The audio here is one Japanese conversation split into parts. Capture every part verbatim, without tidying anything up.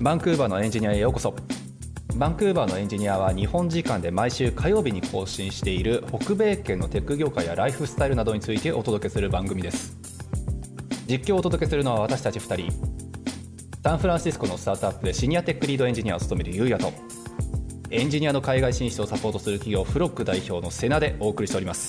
バンクーバーのエンジニアへようこそ。バンクーバーのエンジニアは日本時間で毎週火曜日に更新している北米圏のテック業界やライフスタイルなどについてお届けする番組です。実況をお届けするのは私たちふたり。サンフランシスコのスタートアップでシニアテックリードエンジニアを務めるゆうやと、エンジニアの海外進出をサポートする企業フロック代表のセナでお送りしております。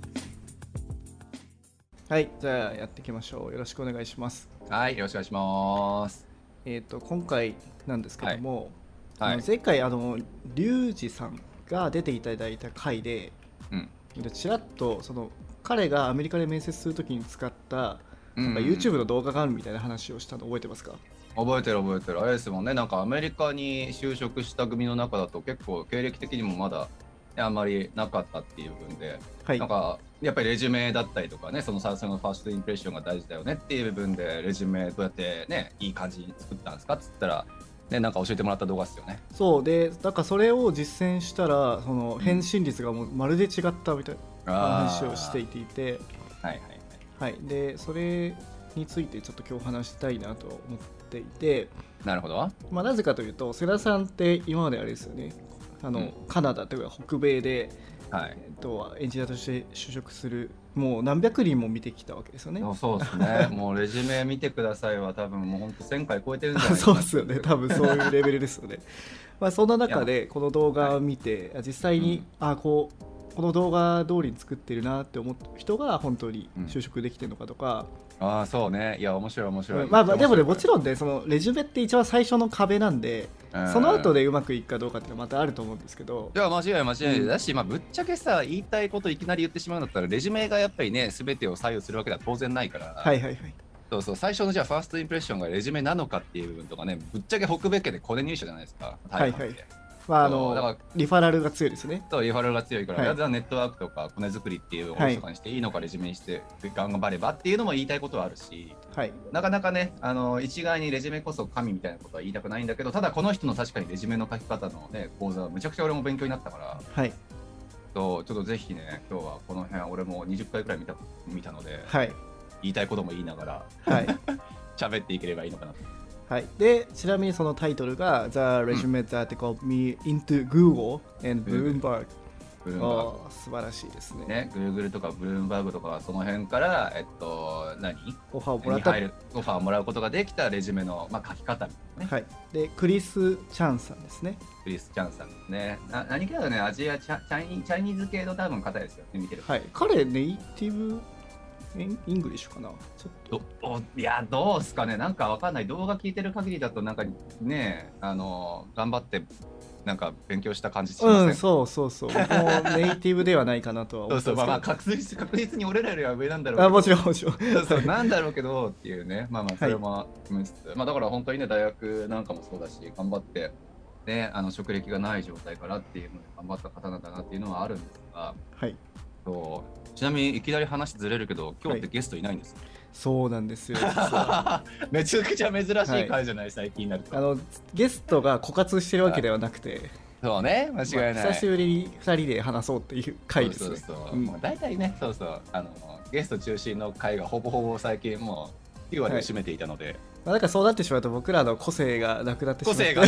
はい、じゃあやっていきましょう。よろしくお願いします。 はい、よろしくお願いします。 えっ、ー、と今回なんですけども、 はいはい、 前回あのリュウジさんが出ていただいた回で、うん、でちらっとその彼がアメリカで面接するときに使ったなんか YouTube の動画があるみたいな話をしたの覚えてますか？ 覚えてる覚えてる。あれですもんね、なんかアメリカに就職した組の中だと結構経歴的にもまだあんまりなかったっていう部分で、はい、なんかやっぱりレジュメだったりとかね、その最初のファーストインプレッションが大事だよねっていう部分で、レジュメどうやってねいい感じに作ったんですかっつったらね、なんか教えてもらった動画ですよね。 そうで、だからそれを実践したらその返信率がもうまるで違ったみたいな話をしていていて、 はいはいはい、でそれについてちょっと今日話したいなと思っていて。 なるほど。 まあ、なぜかというと、世良さんって今まであれですよね、あの、うん、カナダというか北米で、はい、えっと、エンジニアとして就職するもう何百人も見てきたわけですよね。 そうですねもうレジュメ見てくださいは多分もう本当せんかい超えてるんじゃないかなそうですよね、多分そういうレベルですよねまあそんな中でこの動画を見て、はい、実際に、うん、あこうこの動画通りに作ってるなって思った人が本当に就職できてるのかとか、 うん、ああそうね、いや面白い面白い、 まあ、でもね、もちろんね、そのレジュメって一番最初の壁なんで、その後でうまくいくかどうかっていうのはまたあると思うんですけど。 いや間違い間違いだし、うん、まあ、ぶっちゃけさ言いたいこといきなり言ってしまうんだったらレジュメがやっぱりね全てを左右するわけでは当然ないから、 はいはいはい、 そうそう、最初のじゃあファーストインプレッションがレジュメなのかっていう部分とかね、ぶっちゃけ北米圏でコネ入社じゃないですか。 はいはい、まあ、あのだからリファラルが強いですね。 そう、リファラルが強いから、はい、ネットワークとかコネ作りっていうおろそかにしていいのか、はい、レジュメにして頑張ればっていうのも言いたいことはあるし、はい、なかなかね、あの一概にレジュメこそ神みたいなことは言いたくないんだけど、ただこの人の確かにレジュメの書き方の、ね、講座はむちゃくちゃ俺も勉強になったから、はい、とちょっとぜひね、今日はこの辺俺もにじゅっかいくらい見た見たので、はい、言いたいことも言いながら、はい、喋っていければいいのかなと。 はい、でちなみにそのタイトルが The Resume That Got Me Into Google and Bloomberg、うん、素晴らしいですね。 ね、Google とかブルームバーグとかその辺から、えっと、何オファーをもらったオファーをもらうことができたレジュメの、まあ、書き方みたいなね。 はい、でクリス・チャンさんですね。 クリス・チャンさんですね。な何かね、アジアチャ、チャイニー、チャイニーズ系の多分方ですよね、見てる。 はい、彼ネイティブイングリッシュかな。ちょっといやどうすかね、なんかわかんない。動画聞いてる限りだとなんかね、あの頑張ってなんか勉強した感じしません？ うん、そうそうそう。もうネイティブではないかなとは思ってますけど。そうそう、 まあ、まあ確実確実に俺らよりは上なんだろうけど。 あ、もちろんもちろん。 そうそうなんだろうけどっていうね。まあまあそれも含めつつ、はい、まあだから本当にね大学なんかもそうだし頑張ってね、あの職歴がない状態からっていうので頑張った方なんだなっていうのはあるんですが。はい。そうちなみにいきなり話ずれるけど今日ってゲストいないんです、はい、 そうなんですよめちゃくちゃ珍しい回じゃない、はい、最近になると。 あのゲストが枯渇してるわけではなくて、 そうね、間違いない、まあ、 久しぶりにふたりで話そうっていう回ですね。 そうそうそう、うん、もう大体ね、そうそうあのゲスト中心の回がほぼほぼ最近もうきゅうわりを占めていたので、はい、 まあ、なんかそうなってしまうと僕らの個性がなくなってしまう。 個性がね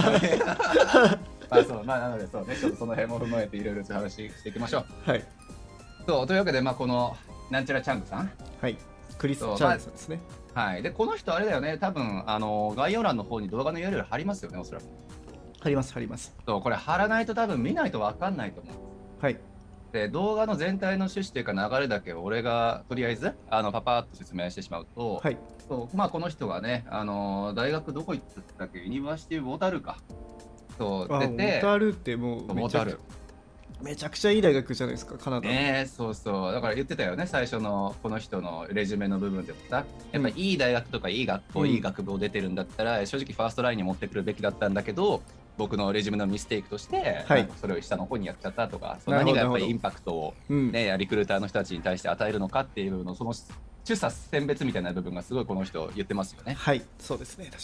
あ、そう、まあ、なのでそうね、ちょっとその辺も踏まえていろいろ話していきましょう。はい。そうというわけで、まあ、このなんちゃらチャングさん、 はい、クリス・チャングさんですね。 まあ、はい、でこの人あれだよね、多分あの概要欄の方に動画の ユーアールエル 貼りますよね、おそらく。 貼ります貼ります。 そうこれ貼らないと多分見ないと分かんないと思う。はい。で動画の全体の趣旨というか流れだけ俺がとりあえずあのパパッと説明してしまうと、はい、そうまあ、この人がね、あの大学どこ行ったっけ、ユニバーシティ・ウォータルか。そう出て、 ウォータルってもうめちゃくちゃめちゃくちゃいい大学じゃないですか、カナダ。 ね、そうそう、だから言ってたよね、最初のこの人のレジュメの部分でもさ、やっぱりいい大学とかいい学校、うん、いい学部を出てるんだったら正直ファーストラインに持ってくるべきだったんだけど、僕のレジュメのミステイクとして、はい、それを下の方にやっちゃったとか、その何がやっぱりインパクトを、ね、うん、リクルーターの人たちに対して与えるのかっていうの、その取捨選別みたいな部分がすごいこの人言ってますよね。 はい、そうですね、確かに。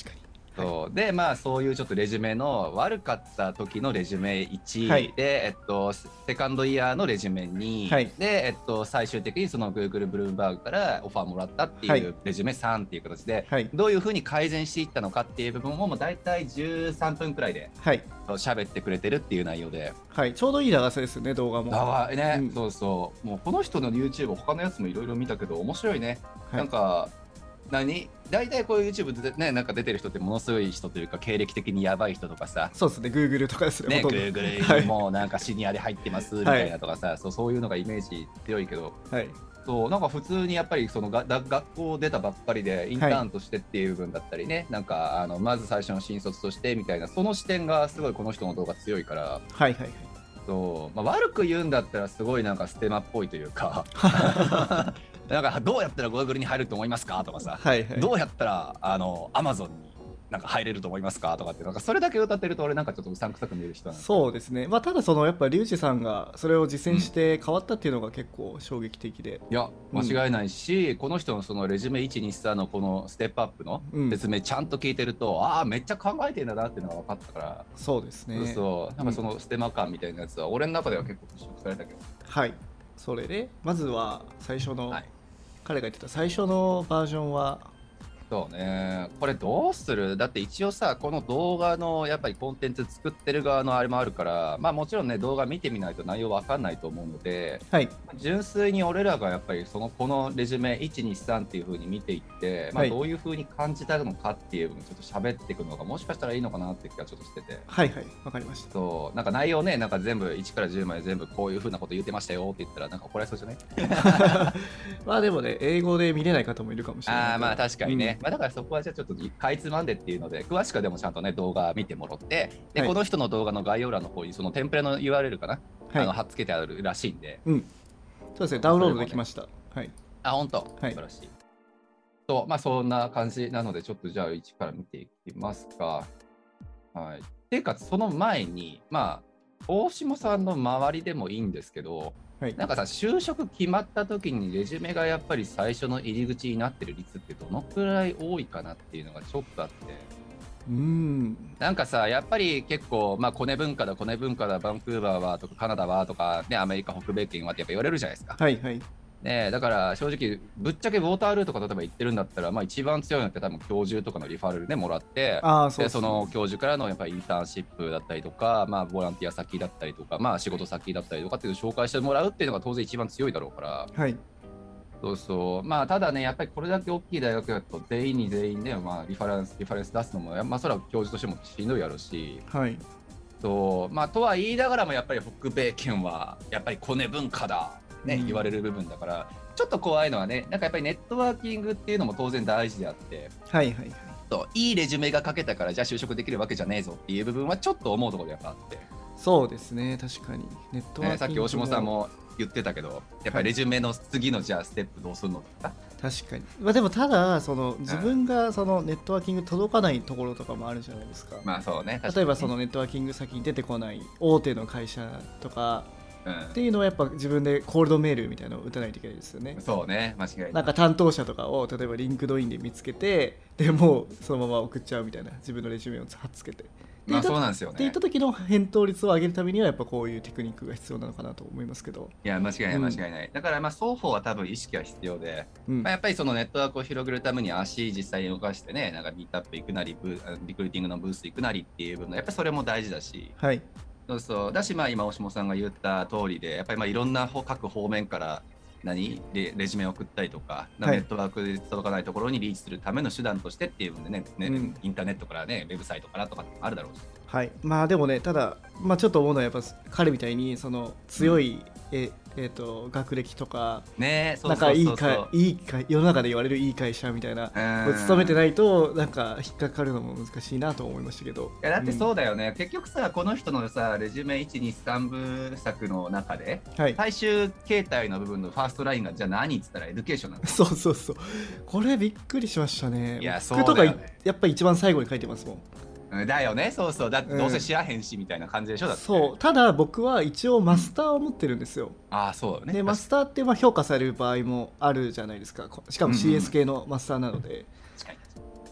そうでまあそういうちょっとレジュメの悪かった時のレジュメいち、はい、で、えっと、セカンドイヤーのレジュメに、はい、で、えっと、最終的にその Google ブルームバーグからオファーもらったっていうレジュメさんっていう形で、はい、どういうふうに改善していったのかっていう部分をもう大体じゅうさんぷんくらいで喋ってくれてるっていう内容で、 はい、ちょうどいい長さですよね動画も。 長いね、うん、そうそうもうこの人の YouTube 他のやつもいろいろ見たけど面白いね、はい、なんか何大体こういう YouTube でねなんか出てる人ってものすごい人というか経歴的にやばい人とかさそうですね Google とかですねね Google にもうなんかシニアで入ってますみたいなとかさ、はい、そうそういうのがイメージ強いけど、はい、そうなんか普通にやっぱりそのがだ学校出たばっかりでインターンとしてっていう部分だったりね、はい、なんかあのまず最初の新卒としてみたいなその視点がすごいこの人の動画強いからはいはいはいそう、まあ、悪く言うんだったらすごいなんかステマっぽいというかなんかどうやったら Google に入ると思いますかとかさ、はいはい、どうやったらあの Amazon になんか入れると思いますかとかってなんかそれだけ歌ってると俺なんかちょっとうさんくさく見える人なんです。 そうですね、まあ、ただそのやっぱリュウジさんがそれを実践して変わったっていうのが結構衝撃的で、 いや間違いないし、うん、この人のそのレジュメいちにさんのこのステップアップの説明ちゃんと聞いてると、うん、ああめっちゃ考えてんだなっていうのが分かったから。 そうですね、 そうそうなんかそのステマ感みたいなやつは俺の中では結構払拭されたけど、 はいそれでまずは最初の、はい、彼が言ってた最初のバージョンはそうねこれどうするだって一応さこの動画のやっぱりコンテンツ作ってる側のあれもあるからまあもちろんね動画見てみないと内容わかんないと思うので、はい、純粋に俺らがやっぱりそのこのレジュメいちにさんっていう風に見ていって、まあ、どういう風に感じたのかっていうのをちょっと喋っていくのがもしかしたらいいのかなって気がちょっとしててはいはいわかりました。 そうなんか内容ねなんか全部いちからじゅうまで全部こういう風なこと言ってましたよって言ったらなんか怒られそうじゃないまあでもね英語で見れない方もいるかもしれない。 あまあ確かにね、うんまあ、だからそこはじゃあちょっとかいつまんでっていうので詳しくはでもちゃんとね動画見てもらってで、はい、この人の動画の概要欄の方にそのテンプレの ユーアールエル かな、はい、あの貼っつけてあるらしいんで、 うん、そうですねダウンロードできました、ね、はいあ本当、はい、素晴らしいとまあそんな感じなのでちょっとじゃあいちから見ていきますか。はいっていうかその前にまあ大下さんの周りでもいいんですけどはい、なんかさ就職決まった時にレジュメがやっぱり最初の入り口になってる率ってどのくらい多いかなっていうのがちょっとあってうんなんかさやっぱり結構まあコネ文化だコネ文化だバンクーバーはとかカナダはとかねアメリカ北米圏はってやっぱ言われるじゃないですか。 はいはいね、だから正直ぶっちゃけウォータールーとか例えば行ってるんだったら、まあ、一番強いのって多分教授とかのリファーラルでもらってあ そ, でその教授からのやっぱりインターンシップだったりとか、まあ、ボランティア先だったりとか、まあ、仕事先だったりとかっていうのを紹介してもらうっていうのが当然一番強いだろうから、 はい、 そうそうまあただねやっぱりこれだけ大きい大学だと全員に全員で、まあ、リファレンスリファレンス出すのも、まあ、それは教授としてもしんどいやろうし、 はいそうまあ、とは言いながらもやっぱり北米圏はやっぱりコネ文化だ、ねうん、言われる部分だからちょっと怖いのはねなんかやっぱりネットワーキングっていうのも当然大事であってはいはいはいといいレジュメが書けたからじゃあ就職できるわけじゃねえぞっていう部分はちょっと思うところでやっぱあってそうですね確かにネットワーキング、 ね、さっき大下さんも言ってたけどやっぱりレジュメの次のじゃあステップどうするのとか確かに、まあ、でもただその自分がそのネットワーキング届かないところとかもあるじゃないですか。 まあそうね例えばそのネットワーキング先に出てこない大手の会社とかうん、っていうのはやっぱ自分でコールドメールみたいなのを打たないといけないですよね。 そうね間違いない。 なんか担当者とかを例えばリンクドインで見つけてでもうそのまま送っちゃうみたいな自分のレジュメを貼っつけてまあそうなんですよね。 って言った時の返答率を上げるためにはやっぱこういうテクニックが必要なのかなと思いますけど。 いや間違いない間違いない、うん、だからまあ双方は多分意識は必要で、うんまあ、やっぱりそのネットワークを広げるために足実際に動かしてねなんかミートアップ行くなりブリクルーティングのブース行くなりっていう部分やっぱりそれも大事だし、 はいそうそうだしまあ今大下さんが言った通りでやっぱりまあいろんな各方面から何 レ, レジュメを送ったりとか、はい、ネットワークで届かないところにリーチするための手段としてっていうのでね、ねうん、インターネットからねウェブサイトからとかあるだろうしはいまあでもねただ、まあ、ちょっと思うのはやっぱ彼みたいにその強い、うんええー、と学歴とか、 ね、 なんかいいかいいか世の中で言われるいい会社みたいな勤めてないとなんか引っかかるのも難しいなと思いましたけど。 いやだってそうだよね、うん、結局さこの人のさレジュメいちにさん部作の中で、はい、最終形態の部分のファーストラインがじゃあ何っつったらエデュケーションなんだ。 そうそうそうこれびっくりしましたね。 いやそうだよね、 僕とかやっぱり一番最後に書いてますもん。 だよねそうそうだってどうせ知らへんしみたいな感じでしょ、うん、だってそうただ僕は一応マスターを持ってるんですよ、うん、 ああそうだね。 でマスターってまあ評価される場合もあるじゃないですかしかも シーエス 系のマスターなので、うん、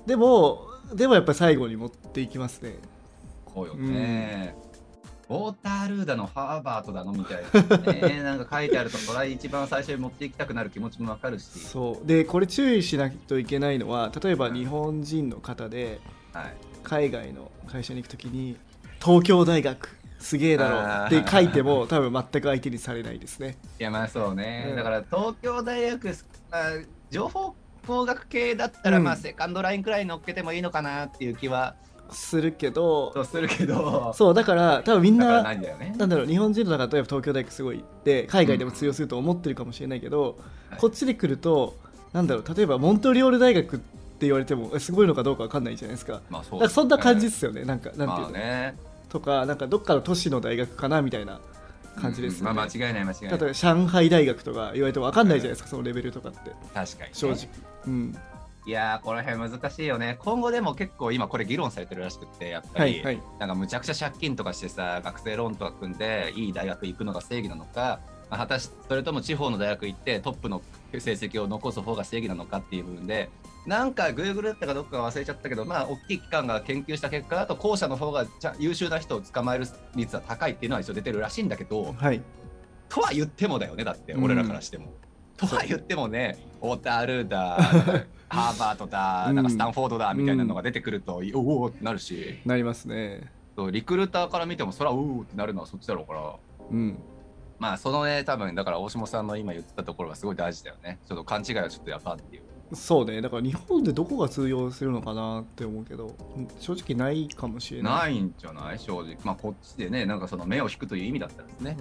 でもでもやっぱり最後に持っていきますね。 そうよね、うん、ウォータールーだのハーバートだのみたいな、ね、なんか書いてあるとそれは一番最初に持っていきたくなる気持ちもわかるし、 そうでこれ注意しないといけないのは、例えば日本人の方で海外の会社に行くときに東京大学すげえだろって書いても多分全く相手にされないですね。 いやまあそうね、うん、だから東京大学、まあ、情報工学系だったらまあセカンドラインくらい乗っけてもいいのかなっていう気はするけど、 そうするけど、 そうだから多分みんななんだよね、 なんだろう、日本人の中で例えば東京大学すごいって海外でも通用すると思ってるかもしれないけど、うん、こっちで来るとなんだろう、例えばモントリオール大学って言われてもすごいのかどうか分かんないじゃないですか。 まあそうですね、 だからそんな感じですよね。なんかなんていうの、 まあね、 とかなんかどっかの都市の大学かなみたいな感じですよね、 うん、まあ間違いない間違いない。 例えば上海大学とか言われても分かんないじゃないですか、そのレベルとかって。 確かに、ね、 正直、うん、 いやーこの辺難しいよね。今後でも結構今これ議論されてるらしくってやっぱり、はいはい、なんかむちゃくちゃ借金とかしてさ学生ローンとか組んでいい大学行くのが正義なのか、まあ、果たしそれとも地方の大学行ってトップの成績を残す方が正義なのかっていう部分で、なんか Google だったかどっか忘れちゃったけど、まあ大きい機関が研究した結果だと後者の方が優秀な人を捕まえる率は高いっていうのは一応出てるらしいんだけど、 はい、 とは言ってもだよね、だって俺らからしても、うん、とは言ってもね、ウォータールーだハーバードだ、なんかスタンフォードだみたいなのが出てくると、うん、おおってなるし、 なりますね。 そうリクルーターから見てもそらおおってなるのはそっちだろうから、 うん、 まあそのね多分だから大下さんの今言ってたところがすごい大事だよね。ちょっと勘違いはちょっとやっぱっていう。 そうね、だから日本でどこが通用するのかなって思うけど、正直ないかもしれない。 ないんじゃない正直。まあこっちでね、なんかその目を引くという意味だったらですね。 うん。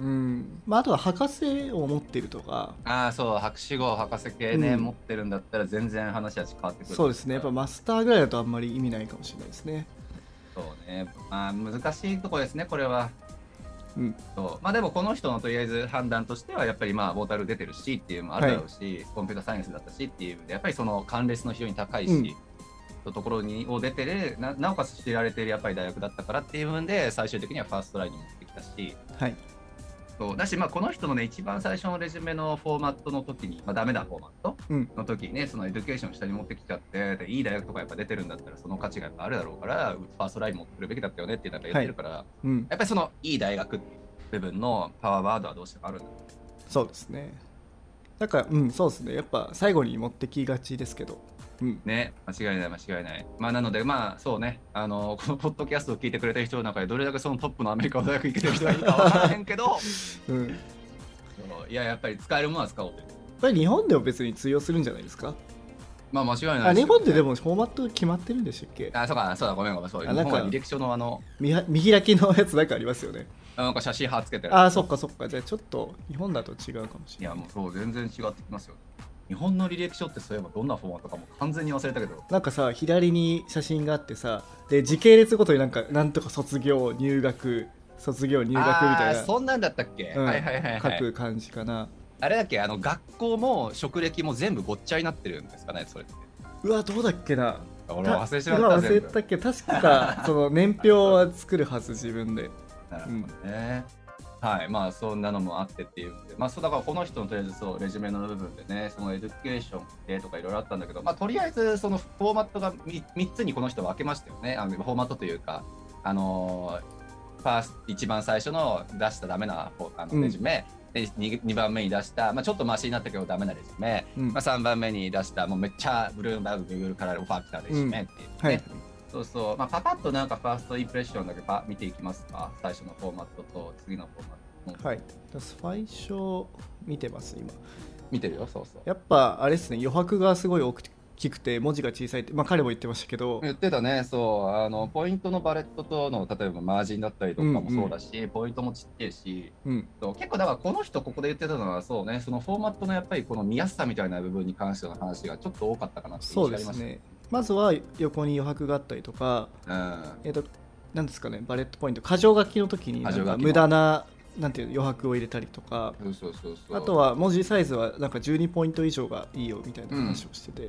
まああとは博士を持ってるとか。 ああそう、博士号博士系ね、うん、持ってるんだったら全然話は変わってくる。 そうですね。やっぱマスターぐらいだとあんまり意味ないかもしれないですね。 そうね。まあ難しいところですねこれは。 うん、 そうまあでもこの人のとりあえず判断としてはやっぱりまあボータル出てるしっていうのもあるだろうし、はい、コンピューターサイエンスだったしっていうのでやっぱりその関連の非常に高いし、うん、のところにを出てる な, なおかつ知られてるやっぱり大学だったからっていう部分で最終的にはファーストラインに持ってきたし、 はい、 そうだし、まあ、この人のね一番最初のレジュメのフォーマットの時に、まあ、ダメなフォーマットの時にね、うん、そのエデュケーションを下に持ってきちゃってでいい大学とかやっぱ出てるんだったらその価値がやっぱあるだろうからファーストライン持ってくるべきだったよねっていうのが言ってるから、はいうん、やっぱりそのいい大学っていう部分のパワーワードはどうしてもあるんだ。 そうですね。だからうんそうですね。やっぱ最後に持ってきがちですけど。うん、 ね間違いない間違いない。まあなのでまあそうねあのこのポッドキャストを聞いてくれてる人の中でどれだけそのトップのアメリカの大学行けてる人がいるかわからへんけど、うん、いややっぱり使えるものは使おうと。やっぱり日本でも別に通用するんじゃないですか。 まあ間違いないですよ、 ね、あ日本ででもフォーマット決まってるんでしたっけ。 あそうかそうだごめんごめんそういう日本は履歴書のあの見開きのやつなんかありますよね。 なんか写真貼っつけてる。 ああそっかそっか。じゃあちょっと日本だと違うかもしれない。 いやもうそう全然違ってきますよ。日本の履歴書ってそういえばどんなフォーマットかも完全に忘れたけど、 なんかさ左に写真があってさで時系列ごとになんかなんとか卒業入学卒業入学みたいな。 そんなんだったっけ、うん、はいはいはい、はい、 書く感じかな。 あれだっけあの学校も職歴も全部ごっちゃになってるんですかねそれって。 うわどうだっけな。 俺忘れちまった。 忘れたっけ確かその年表は作るはず自分で。 なるほどね、うん、はいまあそんなのもあってっていうまあそうだからこの人のとりあえずそうレジュメの部分でねそのエデュケーション系とかいろいろあったんだけどまあとりあえずそのフォーマットが 3, 3つにこの人は分けましたよね。あのフォーマットというかあのー、ファースト一番最初の出したダメなあのレジュメ、うん、で 2, にばんめに出した、まあ、ちょっとマシになったけどダメなレジュメ、うんまあ、さんばんめに出したもうめっちゃブルームバーグ Google からオファー来たレジュメっていうね、うんはいそうそう、まあ、パパッとなんかファーストインプレッションだけパ見ていきますか。最初のフォーマットと次のフォーマット。 はい。最初見てます今。 見てるよそうそう。 やっぱあれですね余白がすごい大きくて文字が小さいってまあ彼も言ってましたけど。 言ってたねそうあのポイントのバレットとの例えばマージンだったりとかもそうだし、うんうん、ポイントもちっちゃいし、うん、結構だからこの人ここで言ってたのはそうねそのフォーマットのやっぱりこの見やすさみたいな部分に関しての話がちょっと多かったかなって印象ありました。 そうですね。まずは横に余白があったりとか、 うん、 えーと、なんですかねバレットポイント箇条書きの時になんか無駄ななんていう余白を入れたりとか、 そうそうそうそうあとは文字サイズはなんかじゅうにポイント以上がいいよみたいな話をしてて、 う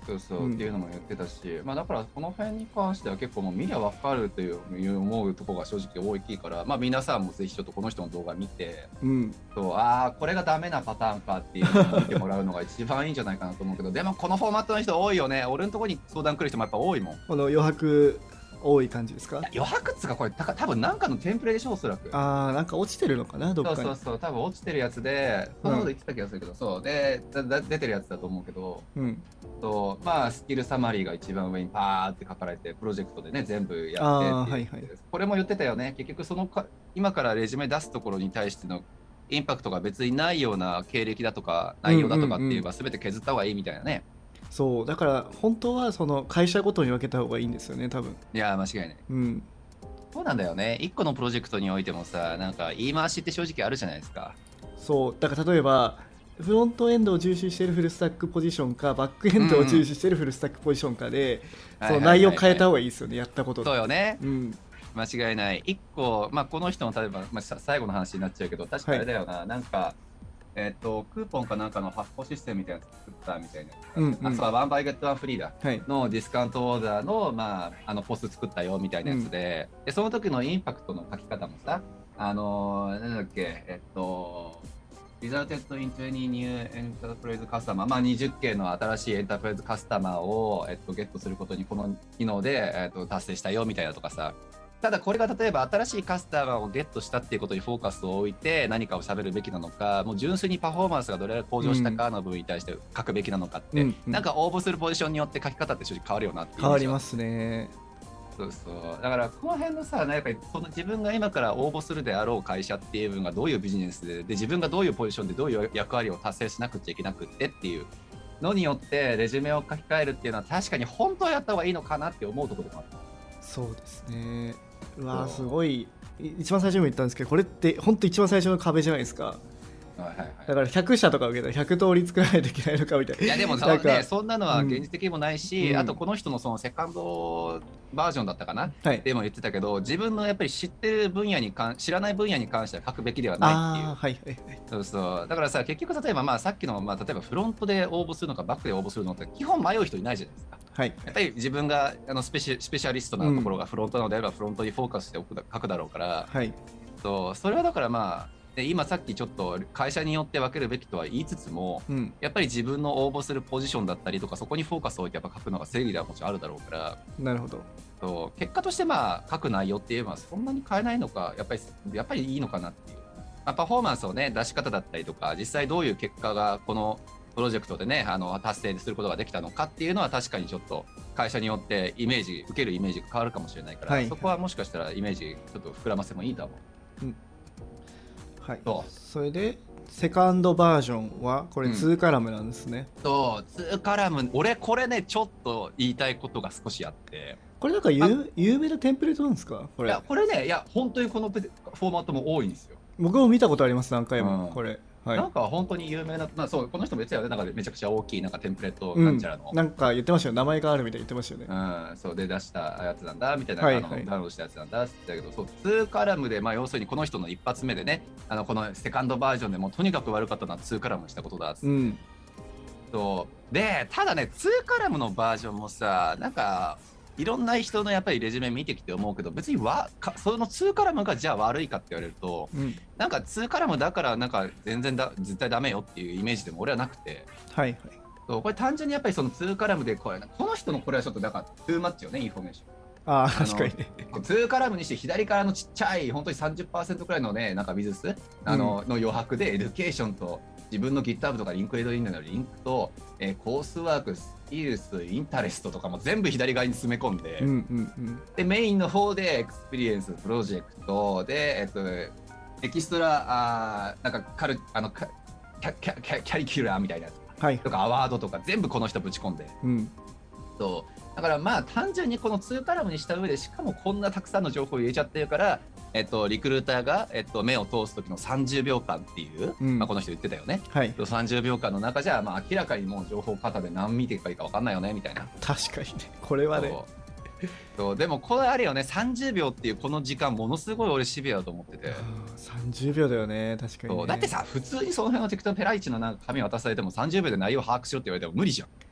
そうそう、うん、っていうのも言ってたし、まあ、だからこの辺に関しては結構もう見りゃ分かるという思うところが正直大きいから、まあ、皆さんもぜひちょっとこの人の動画見て、うん、そうああこれがダメなパターンかっていうのを見てもらうのが一番いいんじゃないかなと思うけどでもこのフォーマットの人多いよね。俺のところに相談来る人もやっぱ多いもん。 この余白多い感じですか。 余白っつうかこれた多分なんかのテンプレでしょおそらく。 ああなんか落ちてるのかなどっかに。 そうそうそう多分落ちてるやつでそんなこと言ってた気がするけど、うん、そうでだだ出てるやつだと思うけど、うん、とまあスキルサマリーが一番上にパーって書かれてプロジェクトでね全部やってってはいはい、これも言ってたよね。結局そのか今からレジュメ出すところに対してのインパクトが別にないような経歴だとか内容だとかっていうのは全て削った方がいいみたいなね。 そうだから本当はその会社ごとに分けた方がいいんですよね多分。 いや間違いない、うん、そうなんだよね。いっこのプロジェクトにおいてもさなんか言い回しって正直あるじゃないですか。 そうだから例えばフロントエンドを重視しているフルスタックポジションかバックエンドを重視しているフルスタックポジションかで、うん、その内容変えた方がいいですよね、やったことで。 そうよね、うん、間違いない。いっこ、まあ、この人の例えば、まあ、最後の話になっちゃうけど確かあれだよな、はい、なんかえっと、クーポンかなんかの発行システムみたいなの作ったみたいな、うんうん、あそうワンバイゲットワンフリーだ、はい、のディスカウントオーダーの、まあ、あのポス作ったよみたいなやつで、うん、でその時のインパクトの書き方もさあのー、なんだっけえっとresulted in any new enterprise customer、まあ、にじゅっけいの新しいエンタープライズカスタマーを、えっと、ゲットすることにこの機能で、えっと、達成したよみたいなとかさ。ただこれが例えば新しいカスタマーをゲットしたっていうことにフォーカスを置いて何かを喋るべきなのか、もう純粋にパフォーマンスがどれぐらい向上したかの部分に対して書くべきなのかって、うんうん、なんか応募するポジションによって書き方って正直変わるよなっていう。 変わりますね。 そうそうだからこの辺のさなんかその自分が今から応募するであろう会社っていう部分がどういうビジネスで、で自分がどういうポジションでどういう役割を達成しなくちゃいけなくってっていうのによってレジュメを書き換えるっていうのは確かに本当はやった方がいいのかなって思うところでもある。 そうですね。うわすごい一番最初にも言ったんですけどこれって本当一番最初の壁じゃないですか。はいはいはい、だからひゃく社とか受けたらひゃく通り作らないといけないのかみたいな。 いやでも そ,、ね、そんなのは現実的にもないし、うん、あとこの人のそのセカンドバージョンだったかな、はい、でも言ってたけど自分のやっぱり知ってる分野にかん知らない分野に関しては書くべきではないっていう。あ、はいはいはい、そうそうだからさ結局例えばまあさっきの、まあ、例えばフロントで応募するのかバックで応募するのって基本迷う人いないじゃないですか。はい、やっぱり自分があのスペシ、スペシャリストなところがフロントなのであればフロントにフォーカスして書くだろうから、はい、そうそれはだからまあで今さっきちょっと会社によって分けるべきとは言いつつも、うん、やっぱり自分の応募するポジションだったりとかそこにフォーカスを置いてやっぱ書くのが正義ではもちろんあるだろうから。 なるほど。 そう結果としてまあ書く内容っていうのはそんなに変えないのかやっぱりやっぱりいいのかなっていう、まあ、パフォーマンスをね出し方だったりとか実際どういう結果がこのプロジェクトでねあの達成することができたのかっていうのは確かにちょっと会社によってイメージ受けるイメージが変わるかもしれないから、はい、そこはもしかしたらイメージちょっと膨らませもいいと思う、うんはい、そうそれでセカンドバージョンはこれにカラムなんですね、 うん、そうにカラム俺これねちょっと言いたいことが少しあってこれなんか有有名なテンプレートなんですかこれ。 いやこれねいや本当にこのフォーマットも多いんですよ。 僕も見たことあります何回も、うん、これ、 はい、なんか本当に有名な、まあ、そうこの人も言ってたよねなんかめちゃくちゃ大きいなんかテンプレートなんちゃらの、 うん、なんか言ってましたよ名前があるみたいに言ってましたよね。 うん、そうで出したやつなんだみたいな、はいはい、あのダウンロードしたやつなんだって言ったけどそうにカラムで、まあ、要するにこの人の一発目でねあのこのセカンドバージョンでもとにかく悪かったのはにカラムしたことだっつって、うん、そうでただねにカラムのバージョンもさなんかいろんな人のやっぱりレジュメ見てきて思うけど別にわかそのにカラムがじゃあ悪いかって言われると、うん、なんかにカラムだからなんか全然だ絶対ダメよっていうイメージでも俺はなくて、はいはい、そうこれ単純にやっぱりそのにカラムでこれこの人のこれはちょっとだからトゥーマッチよねインフォメーション。 ああ確かにねにカラムにして左からのちっちゃい本当に さんじゅっパーセント くらいのねなんか美術あの、うん、の余白でエデュケーションと自分の GitHub とかリンクエイドインのリンクと、えー、コースワークスキルスインタレストとかも全部左側に詰め込んで、うんうんうん、でメインの方でエクスペリエンスプロジェクトで、えっと、エキストラあなんかカルあのキャキャキャキャリキュラーみたいなやつとか、はい、とかアワードとか全部この人ぶち込んで、うん、そうだからまあ単純にこのにカラムにした上でしかもこんなたくさんの情報を入れちゃってるから、えっと、リクルーターが、えっと、目を通す時のさんじゅうびょうかんっていう、うんまあ、この人言ってたよね、はい、さんじゅうびょうかんの中じゃ、まあ、明らかにもう情報型で何見ていけばいいか分かんないよねみたいな。 確かにねこれはねそうでもこれあれよねさんじゅうびょうっていうこの時間ものすごい俺シビアだと思っててさんじゅうびょうだよね確かに、ね、 そうだってさ普通にその辺の適当なペライチのなんか紙渡されてもさんじゅうびょうで内容把握しろって言われても無理じゃん。 い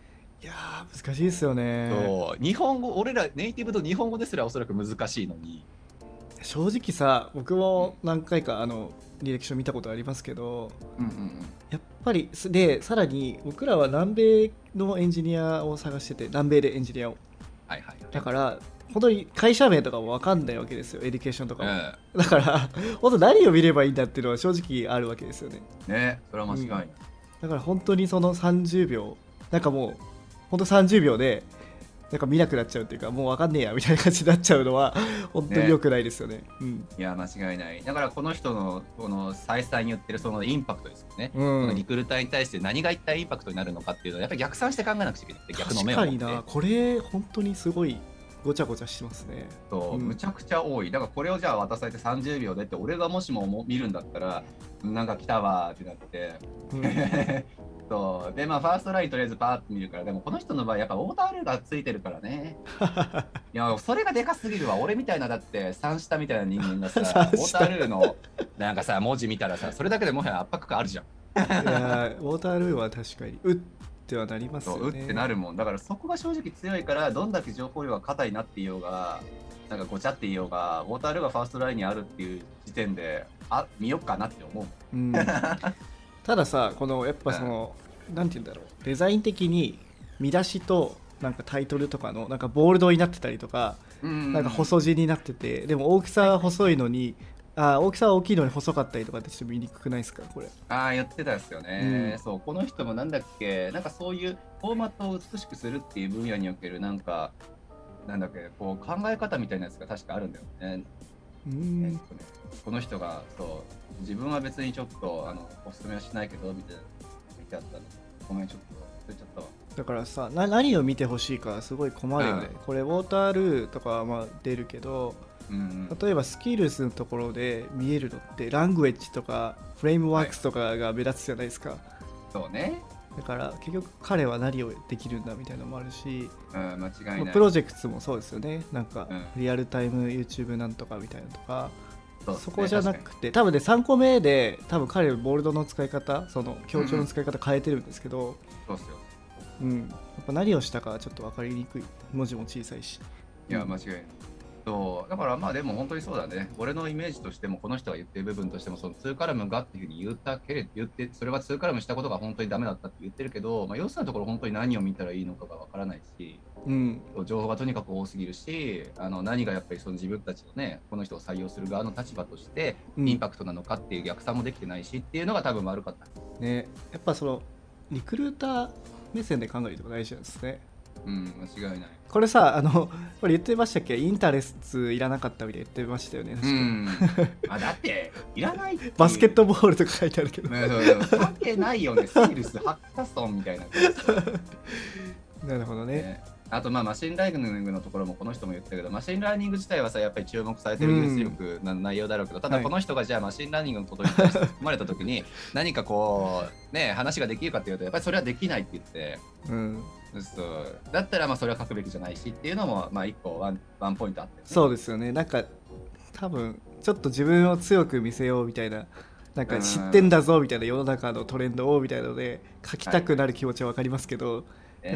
いやー難しいですよね。 そう日本語、俺らネイティブと日本語ですらおそらく難しいのに。 正直さ、僕も何回かあの履歴書見たことありますけど、 うんうんうん、 やっぱりでさらに僕らは南米のエンジニアを探してて、南米でエンジニアを、 はいはいはい、 だから本当に会社名とかも分かんないわけですよ、エデュケーションとかも、うん、だから本当何を見ればいいんだっていうのは正直あるわけですよね。 ね、それは間違いない、うん、 だから本当にそのさんじゅうびょう、なんかもう本当さんじゅうびょうでなんか見なくなっちゃうっていうか、もう分かんねえやみたいな感じになっちゃうのは本当に良くないですよね。ね、うん、 いや間違いない。だからこの人のこの再三言ってるそのインパクトですよね、うん、そのリクルーターに対して何が一体インパクトになるのかっていうのはやっぱり逆算して考えなくちゃいけないって、逆の目を持って。 確かにな、これ本当にすごいごちゃごちゃしてますね。 そう、うん、むちゃくちゃ多い。だからこれをじゃあ渡されてさんじゅうびょうでって、俺がもしも見るんだったらなんか来たわってなって、うんそうでまあファーストラインとりあえずパーって見るから、でもこの人の場合やっぱウォータールーがついてるからねいやそれがでかすぎるわ。俺みたいなだって三下みたいな人間がさウォータールーのなんかさ文字見たらさ、それだけでもはや圧迫感あるじゃんいやウォータールーは確かにうってはなりますよね。 そううってなるもん。だからそこが正直強いから、どんだけ情報量が硬いなっていようがなんかごちゃっていようが、ウォータールーがファーストラインにあるっていう時点であ見よっかなって思う、うん、 たださ、このやっぱその、うん、なんて言うんだろう、デザイン的に見出しとなんかタイトルとかのなんかボールドになってたりとか、うんうんうん、なんか細字になってて、でも大きさは細いのに、あ大きさは大きいのに細かったりとかってちょっと見にくくないですかこれ。 ああやってたんですよね、うん、そうこの人もなんだっけ、なんかそういうフォーマットを美しくするっていう分野におけるなんかなんだっけこう考え方みたいなやつが確かあるんだよね。うん、えっとね、この人がそう自分は別にちょっとあのおすすめはしないけどみたいな見てあったの。ごめんちょっと忘れちゃったわ。 だからさな何を見てほしいかすごい困るよね、うん、これウォータールーとかはまあ出るけど、うんうん、例えばスキルスのところで見えるのってラングエッジとかフレームワークスとかが目立つじゃないですか、はい、 そうね。 だから結局彼は何をできるんだみたいなのもあるし、 うん、間違いない。 プロジェクトもそうですよね。なんかリアルタイム YouTube なんとかみたいなとか、うん、そこじゃなくて多分ねさんこめで多分彼ボールドの使い方、その強調の使い方変えてるんですけど、うん、 そうっすよ。 うん、やっぱ何をしたかちょっと分かりにくい。文字も小さいし。 いや間違いない。そうだからまあでも本当にそうだね。俺のイメージとしてもこの人が言ってる部分としてもそのにカラムがっていうふうに言ったけれ言ってそれはにカラムしたことが本当にダメだったって言ってるけど、まあ、要するにところ本当に何を見たらいいのかがわからないし、うん、情報がとにかく多すぎるし、あの何がやっぱりその自分たちのねこの人を採用する側の立場としてインパクトなのかっていう逆算もできてないしっていうのが多分悪かった。 ね、やっぱそのリクルーター目線で考えると大事なんですね。 うん、間違いない。 これさ、あのこれ言ってましたっけ、インタレストいらなかったみたいな言ってましたよね。確かに。うん、 あだっていらないってバスケットボールとか書いてあるけど、 ね、そうそう関係ないよね。スキルスハッカソンみたいななるほどね。ね、 あとまあマシンラーニングのところもこの人も言ったけど、マシンラーニング自体はさやっぱり注目されてる技術力な内容だろうけど、ただこの人がじゃあマシンラーニングのことに対して含まれた時に何かこうね話ができるかっていうとやっぱりそれはできないって言って、うん、そうだったらまあそれは書くべきじゃないしっていうのもまあ一個ワン、ワンポイントあって、ね、 そうですよね。なんか多分ちょっと自分を強く見せようみたいな、なんか知ってんだぞみたいな世の中のトレンドをみたいなので書きたくなる気持ちは分かりますけど、はい、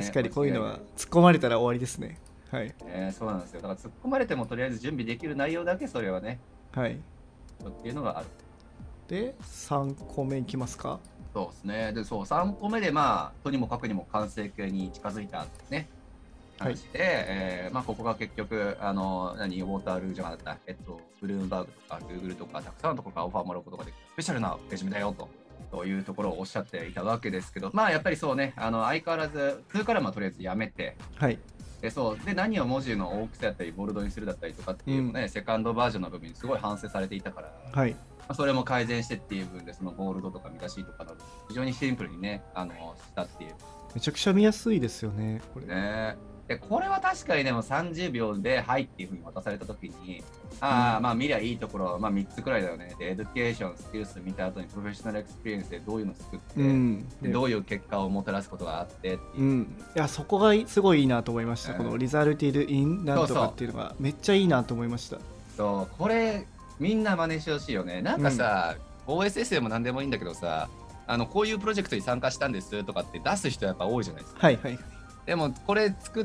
確かにこういうのは突っ込まれたら終わりですね。はい、 えー、そうなんですよ。だから突っ込まれてもとりあえず準備できる内容だけそれはね、 はいっていうのがある。 でさんこめいきますか。 そうですね。でそうさんこめでまあとにもかくにも完成形に近づいたんですね話で、はい、えーまあ、ここが結局あの何ウォータールーじゃなかった、えっと、ブルームバーグとかグーグルとかたくさんのところからオファーもらうことができるスペシャルなレジュメだよとというところをおっしゃっていたわけですけど、まあやっぱりそうね、あの相変わらずにカラムはとりあえずやめて、 はい、 でそうで何を文字の大きさだったりボルドにするだったりとかっていうのね、うん、セカンドバージョンの部分にすごい反省されていたから、 はい、 まあ、それも改善してっていう部分でそのボールドとか見出しとかなど非常にシンプルにねあのしたっていう。 めちゃくちゃ見やすいですよねこれね。でこれは確かにでもさんじゅうびょうで「はい」っていうふうに渡された時に、ああ、うん、まあ見りゃいいところはまあみっつくらいだよね。でエデュケーションスキルス見た後にプロフェッショナルエクスペリエンスでどういうのを作って、うん、でどういう結果をもたらすことがあってっていう、うん、 いやそこがすごいいいなと思いました、うん、このリザルティドインなんとかっていうのがめっちゃいいなと思いました。 そうこれみんな真似してほしいよね。なんかさ、うん、オーエスエス でも何でもいいんだけどさ、あのこういうプロジェクトに参加したんですとかって出す人やっぱ多いじゃないですか。 はいはい。 でもこれ作って、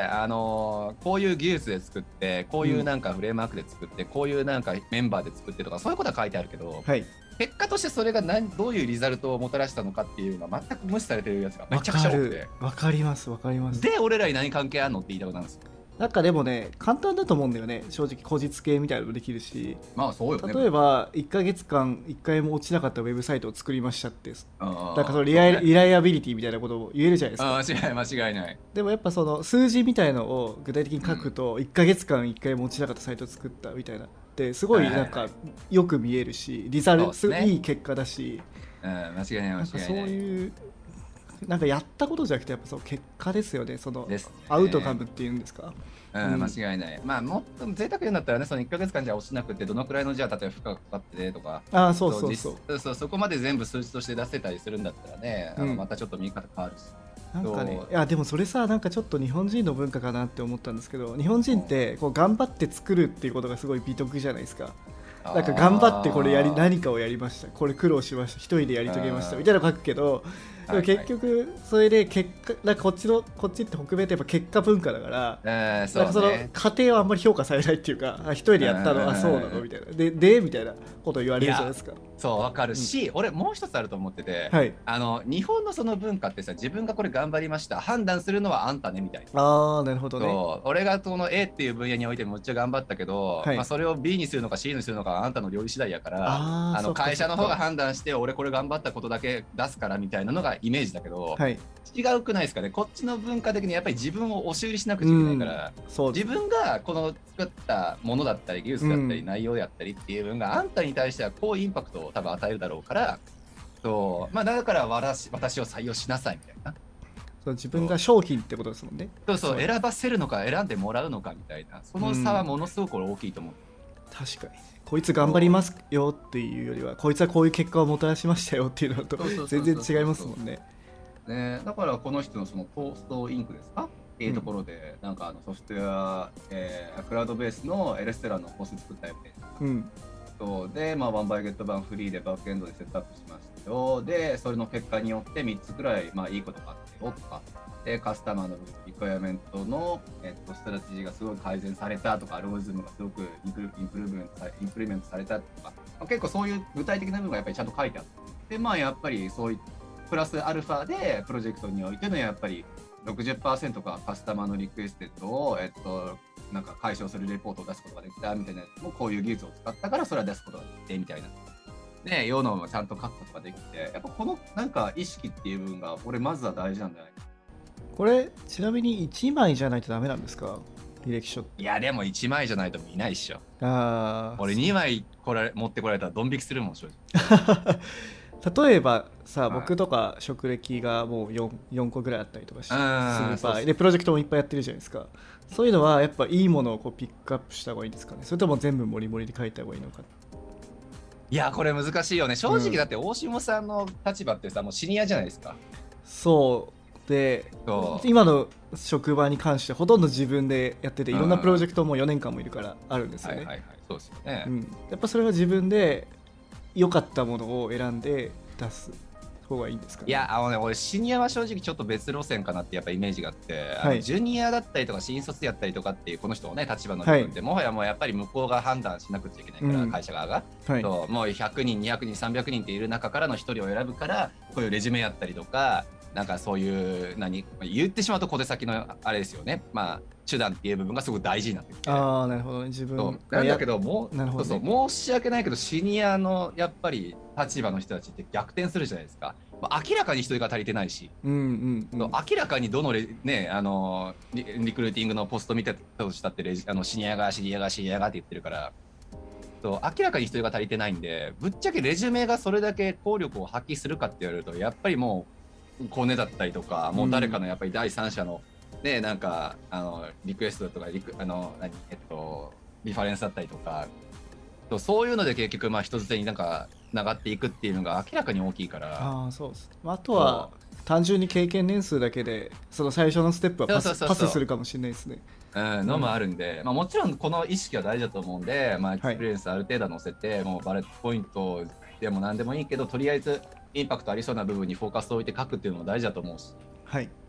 あのー、こういう技術で作ってこういうなんかフレームワークで作って、うん、こういうなんかメンバーで作ってとかそういうことは書いてあるけど、はい、結果としてそれが何どういうリザルトをもたらしたのかっていうのは全く無視されてるやつがめちゃくちゃ多くて、 わかりますわかります。 で俺らに何関係あんのって言いたくなるんですよ。 なんかでもね簡単だと思うんだよね、正直。こじつけみたいなのもできるし、 まあそうよね。 例えばいっかげつかんいっかいも落ちなかったウェブサイトを作りましたって、なんかそのリライ、リライアビリティみたいなことを言えるじゃないですか。 あ間違い間違いない。 でもやっぱその数字みたいのを具体的に書くと、うん、いっかげつかんいっかいも落ちなかったサイトを作ったみたいなってすごいなんかよく見えるし、リザルト、ね、いい結果だし、 うん、間違いない間違いない。 そういうなんかやったことじゃなくてやっぱその結果ですよね。そのアウトカムっていうんですか。 うん、間違いない。まあもっと贅沢言うんだったらね、そのいっかげつかんじゃ落ちなくてどのくらいのじゃあ例えば負荷がかかっててとか、 あそうそうそうそうそうそこまで全部数字として出せたりするんだったらね、うん、あのまたちょっと見方変わるし。 なんかね、いやでもそれさ、なんかちょっと日本人の文化かなって思ったんですけど、日本人ってこう頑張って作るっていうことがすごい美徳じゃないですか。なんか頑張ってこれやり何かをやりました、これ苦労しました、一人でやり遂げましたみたいなの書くけど、でも結局それで結果なんかこっちのこっちって北米ってやっぱ結果文化だから、えーそうね、なんかその過程はあんまり評価されないっていうか、あ一人でやったの、あそうなのみたいなででみたいなことを言われるじゃないですか。 そうわかるし、うん、俺もう一つあると思ってて、はい、あの日本のその文化ってさ、自分がこれ頑張りました判断するのはあんたねみたいな。 あーなるほどね。 そう俺がその A っていう分野においてめっちゃ頑張ったけど、はい、まあ、それを B にするのか C にするのかあんたの料理次第やから、ああの会社の方が判断して俺これ頑張ったことだけ出すからみたいなのがイメージだけど、はい、違うくないですかね。こっちの文化的にやっぱり自分を押し売りしなくちゃいけないから、うん、そう自分がこの作ったものだったり技術だったり内容だったりっていう分があんたに対してはこうインパクトを多分与えるだろうから、そうまあ、だから私、私を採用しなさいみたいな。 そう自分が商品ってことですもんね。 そうそう、選ばせるのか選んでもらうのかみたいな、その差はものすごく大きいと思う、 うん、確かにこいつ頑張りますよっていうよりは、こいつはこういう結果をもたらしましたよっていうのと全然違いますもんね。 ね、だからこの人のそのトーストインクですかっていうところで、うん、なんかあのソフトウェア、えー、クラウドベースのエレステラのコース作ったよね、うん、そうで、まあ、ワンバイゲット版フリーでバックエンドでセットアップしましたよ。でそれの結果によってみっつくらい、まあ、いいことがあったよとかで、カスタマーのリクエアメントの、えっと、ストラテジーがすごい改善されたとか、アルゴリズムがすごくインプルインプルーブメントされインプリメントされたとか、まあ、結構そういう具体的な部分がやっぱりちゃんと書いてあって、でまあやっぱりそういったプラスアルファでプロジェクトにおいてのやっぱり ろくじゅっパーセント かカスタマーのリクエストを、えっと、なんか解消するレポートを出すことができたみたいなやつもこういう技術を使ったからそれは出すことができてみたいな、ね、いうのをちゃんと書くことができて、やっぱこのなんか意識っていう部分が俺まずは大事なんじゃないか。 これちなみにいちまいじゃないとダメなんですか、履歴書って。 いやでもいちまいじゃないと見ないっしょ。あ俺にまいこれ持ってこられたらドン引きするもん正直。 例えばさ、はい、僕とか職歴がもう 4, よんこぐらいあったりとかする場合で、プロジェクトもいっぱいやってるじゃないですか。そういうのはやっぱいいものをこうピックアップした方がいいんですかね、それとも全部モリモリで書いた方がいいのか。 いやこれ難しいよね正直。だって大下さんの立場ってさ、もうシニアじゃないですか。 そうで今の職場に関してほとんど自分でやってて、いろんなプロジェクトもよねんかんもいるからあるんですよね。はいはいはい、そうですよね、うん、やっぱそれは自分で良かったものを選んで出す方がいいんですかね。 いやあのね、俺シニアは正直ちょっと別路線かなってやっぱイメージがあって、はい、あのジュニアだったりとか新卒やったりとかっていうこの人のね立場の部分って、はい、もはやもうやっぱり向こうが判断しなくちゃいけないから、うん、会社側が、はい、ともうひゃくにんにひゃくにんさんびゃくにんっている中からのひとりを選ぶから、こういうレジュメやったりとかなんかそういう何言ってしまうと小手先のあれですよね、まあ手段っていう部分がすごく大事になってくる。 ああなるほどね。自分なんだけどもう、ね、そうそう申し訳ないけどシニアのやっぱり立場の人たちって逆転するじゃないですか。まあ、明らかに人が足りてないし、うんうんうん、明らかにどのレ、ね、あの リ, リクルーティングのポスト見てたとしたってレジあのシニアがシニアがシニアがって言ってるから明らかに人が足りてないんで、ぶっちゃけレジュメがそれだけ効力を発揮するかって言われるとやっぱりもうコネだったりとかもう誰かのやっぱり第三者の、ね、なんかあのリクエストとかリクあの何、えっと、リファレンスだったりとかそういうので結局まあ人づてになんかつながっていくっていうのが明らかに大きいから。 あそうです。あとは単純に経験年数だけでその最初のステップはパス、そうそうそうそうパスするかもしれないですね。 うん、のもあるんで、うんまあ、もちろんこの意識は大事だと思うんで、まあ、エクスペリエンスある程度載せて、はい、もうバレットポイントでも何でもいいけどとりあえずインパクトありそうな部分にフォーカスを置いて書くっていうのも大事だと思うし、 はい、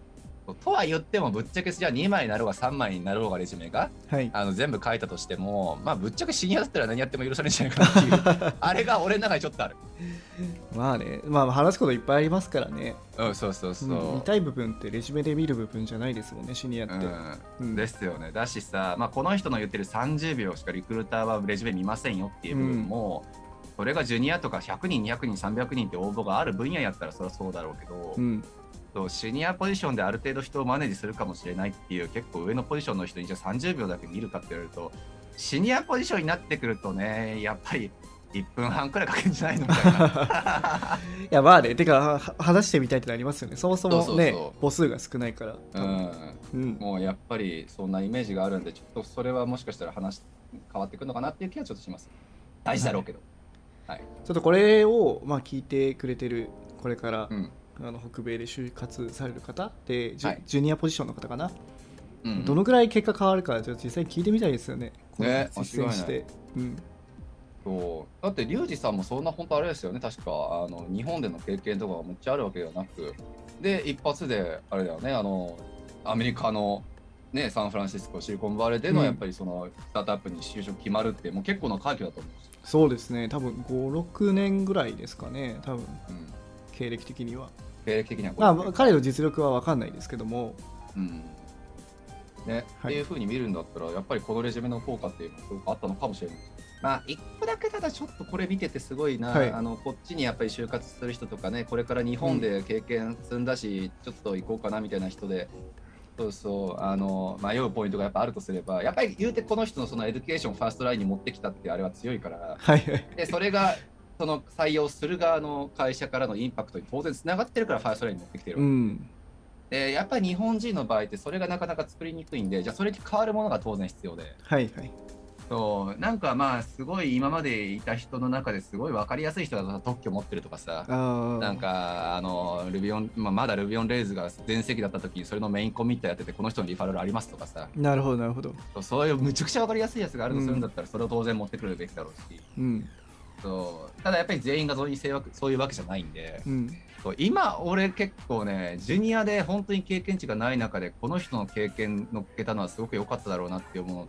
とは言ってもぶっちゃけじゃあにまいになろうがさんまいになろうがレジュメが、はい、あの全部書いたとしても、まあぶっちゃけシニアだったら何やっても許されるんじゃないかなっていうあれが俺の中にちょっとある。 まあね、まあ話すこといっぱいありますからね。 うん、そうそうそう、うん、 見たい部分ってレジュメで見る部分じゃないですもんね、シニアって、 うんうん、ですよね。だしさ、まあ、この人の言ってるさんじゅうびょうしかリクルーターはレジュメ見ませんよっていう部分も、うん、それがジュニアとかひゃくにんにひゃくにんさんびゃくにんって応募がある分野やったらそりゃそうだろうけど、うん、シニアポジションである程度人をマネージするかもしれないっていう結構上のポジションの人にじゃあさんじゅうびょうだけ見るかって言われると、シニアポジションになってくるとね、やっぱりいっぷんはんくらいかけるんじゃないのみたいな。 いやまあね、てか話してみたいってなりますよね。そもそもね、そうそうそう母数が少ないから。 うんうん、もうやっぱりそんなイメージがあるんで、ちょっとそれはもしかしたら話変わってくるのかなっていう気はちょっとします。大事だろうけど。はいはい、ちょっとこれをまあ聞いてくれてるこれから、うん、あの北米で就活される方でジュ、はい、ジュニアポジションの方かな。うん、どのくらい結果変わるかちょっと実際に聞いてみたいですよね。 ね、 実践して。うんそうだってリュウジさんもそんな本当あれですよね、確かあの日本での経験とかがめっちゃあるわけではなく、で一発であれだよね、あのアメリカの、ね、サンフランシスコシリコンバレーでのやっぱりそのスタートアップに就職決まるって、うん、もう結構な快挙だと思うし。 そうですね、多分ご、ろくねんぐらいですかね、多分、うん、経歴的には経歴的にはまあ彼の実力は分かんないですけども、 うんね、はい、っていう風に見るんだったらやっぱりこのレジュメの効果っていうのがすごくあったのかもしれない。まあ、一個だけただちょっとこれ見ててすごいな、はい、あのこっちにやっぱり就活する人とかね、これから日本で経験積んだし、うん、ちょっと行こうかなみたいな人で、そうそうあの迷うポイントがやっぱあるとすれば、やっぱり言うてこの人のそのエデュケーションファーストラインに持ってきたってあれは強いから、 はいはい、 でそれがその採用する側の会社からのインパクトに当然つながってるからファーストラインに持ってきてるわけ、うん、でやっぱり日本人の場合ってそれがなかなか作りにくいんで、じゃあそれに変わるものが当然必要で、 はいはい、 そうなんかまあすごい今までいた人の中ですごい分かりやすい人が特許持ってるとかさ、なんかあの Ruby on、まあ、まだ Ruby on Rails が全盛期だった時にそれのメインコミットやっててこの人のリファラルありますとかさ、 なるほどなるほど、 そういうむちゃくちゃ分かりやすいやつがあるとするんだったらそれを当然持ってくるべきだろうし、うん、そうただやっぱり全員がそういうわけじゃないんで、うん、今俺結構ねジュニアで本当に経験値がない中でこの人の経験乗っけたのはすごく良かっただろうなって思うのって、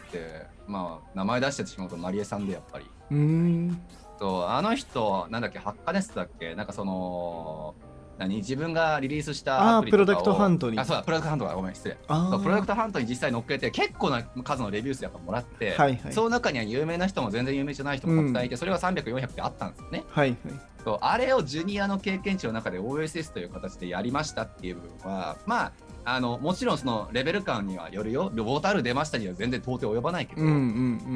まあ名前出してしまうとマリエさんでやっぱり、うーんそうあの人なんだっけハッカネスだっけ、なんかその何自分がリリースしたアプリとかをあプロダクトハントにあそうだプロダクトハントがごめん失礼そうプロダクトハントに実際乗っけて結構な数のレビュー数やっぱもらって、はいはい、その中には有名な人も全然有名じゃない人もたくさんいて、うん、それがさんびゃく、よんひゃくってあったんですよね、 はいはい、 そうあれをジュニアの経験値の中で オーエスエス という形でやりましたっていう部分はまああのもちろんそのレベル感にはよるよ、ロボタル出ましたには全然到底及ばないけど、うんうんうん、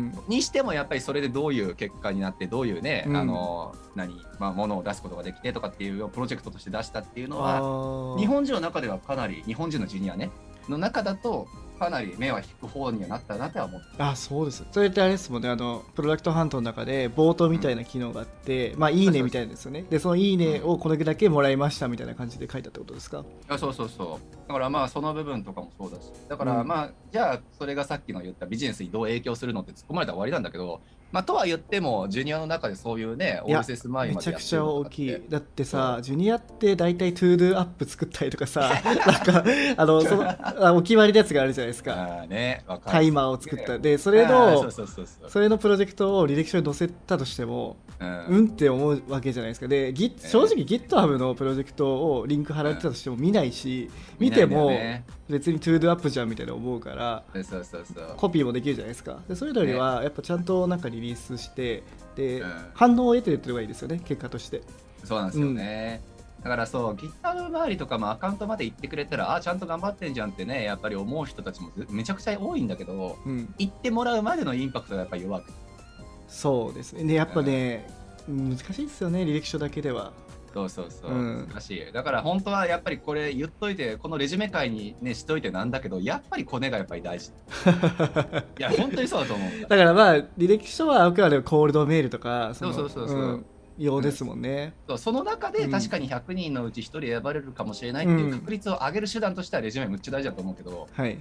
にしてもやっぱりそれでどういう結果になってどういうね、うん、あの何、まあ、ものを出すことができてとかっていうプロジェクトとして出したっていうのは日本人の中ではかなり日本人のジュニアねの中だとかなり目は引く方にはなったなとは思って。 あ、そうです。それってあれですもんね、あのプロダクトハントの中でボートみたいな機能があって、うん、まあいいねみたいなんですよね。でそのいいねをこれだけもらいましたみたいな感じで書いたってことですか？ あ、そうそうそう。だからまあその部分とかもそうだし、だからまあ、うん、じゃあそれがさっきの言ったビジネスにどう影響するのって突っ込まれたら終わりなんだけど、まあとは言ってもジュニアの中でそういうねオーエスエス周りまでやってるのとかってめちゃくちゃ大きい。だってさジュニアって大体トゥードゥアップ作ったりとかさなんかあのそのお決まりのやつがあるじゃないですか。あ、ね、 タイマーを作ったでそれのそれのプロジェクトを履歴書に載せたとしても、うん、うんって思うわけじゃないですか。で、Git、正直 GitHub のプロジェクトをリンク貼られてたとしても見ないし、うん、見ても別に To Do Up じゃんみたいな思うから、 そうそうそうコピーもできるじゃないですか。でそういうのよりはやっぱちゃんとなんかリリースしてで、うん、反応を得てるっていうのがいいですよね、結果として。 そうなんですよね、うん、だからそう GitHub 周りとかもアカウントまで行ってくれたらあちゃんと頑張ってんじゃんってねやっぱり思う人たちもめちゃくちゃ多いんだけど、うん、行ってもらうまでのインパクトがやっぱり弱くて。 そうですね。でやっぱね、うん、難しいですよね、履歴書だけでは。 そうそうそう、うん、難しい。だから本当はやっぱりこれ言っといてこのレジュメ会にねしといてなんだけどやっぱりコネがやっぱり大事いや本当にそうだと思う。 だからまあ履歴書はあくまでコールドメールとかそうそうそうそう、うんようですもんね、 うん、そうその中で確かにひゃくにんのうちひとり選ばれるかもしれないっていう確率を上げる手段としてはレジュメむっちゃ大事だと思うけど、 うんはい、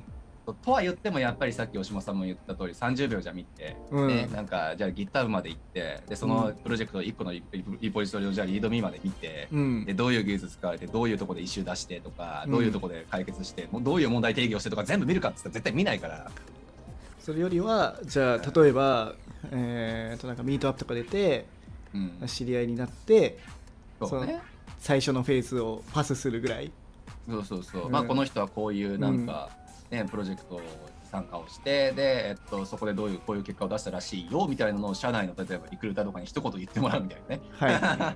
とは言ってもやっぱりさっき大島さんも言った通りさんじゅうびょうじゃ見て、うんね、なんかじゃあ GitHub まで行ってでそのプロジェクトいっこのリポジトリをじゃあリードミーまで見て、うん、でどういう技術使われてどういうところでイシュー出してとか、うん、どういうところで解決してもうどういう問題定義をしてとか全部見るかって言ったら絶対見ないから。 それよりはじゃあ例えば、えー、となんかミートアップとか出て、うん、知り合いになってそうね、その最初のフェーズをパスするぐらい。 そうそうそう、うん、まあこの人はこういうなんか、ね、うん、プロジェクト参加をしてで、えっと、そこでどういうこういう結果を出したらしいよみたいなのを社内の例えばリクルーターとかに一言言ってもらうみたいなね。はい、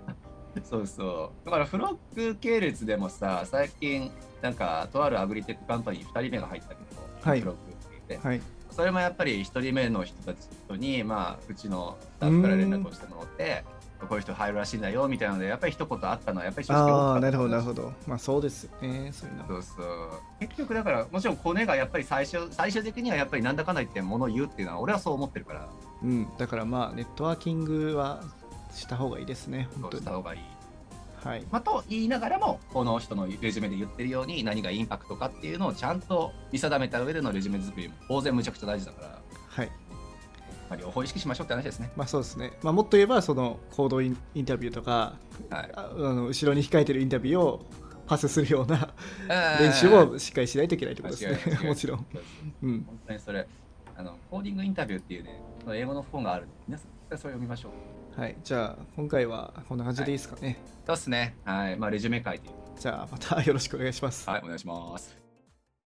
そうそうだからフロック系列でもさ最近なんかとあるアグリテックカンパニーふたりめが入ったけど、はい、フロックで、はい、それもやっぱりひとりめの人たちに、まあ、うちのスタッフから連絡をしてもらってこういう人入るらしいんだよみたいなのでやっぱり一言あったのはやっぱり正直多かった。 ああなるほどなるほど。まあそうですよね。そういうの。 そうそう結局だからもちろんコネがやっぱり最初最終的にはやっぱりなんだかんだ言ってものを言うっていうのは俺はそう思ってるから。 うんだからまあネットワーキングはした方がいいですね。 本当にした方がいい。 はい。 まあ、と言いながらもこの人のレジュメで言ってるように何がインパクトかっていうのをちゃんと見定めた上でのレジュメ作りも当然むちゃくちゃ大事だから。 はい。 まあ、両方意識しましょうって話ですね。 まあそうですね。まあ、もっと言えばそのコードイン、インタビューとか、はい、ああの後ろに控えてるインタビューをパスするような練習をしっかりしないといけないってことですね。もちろん。 うん。本当にそれあのコーディングインタビューっていうね英語の本があるんで皆さんそれを読みましょう。はい。じゃあ今回はこんな感じでいいですかね。はい、 そうですね。はい。まあレジュメ書いて。 じゃあまたよろしくお願いします。 はいお願いします。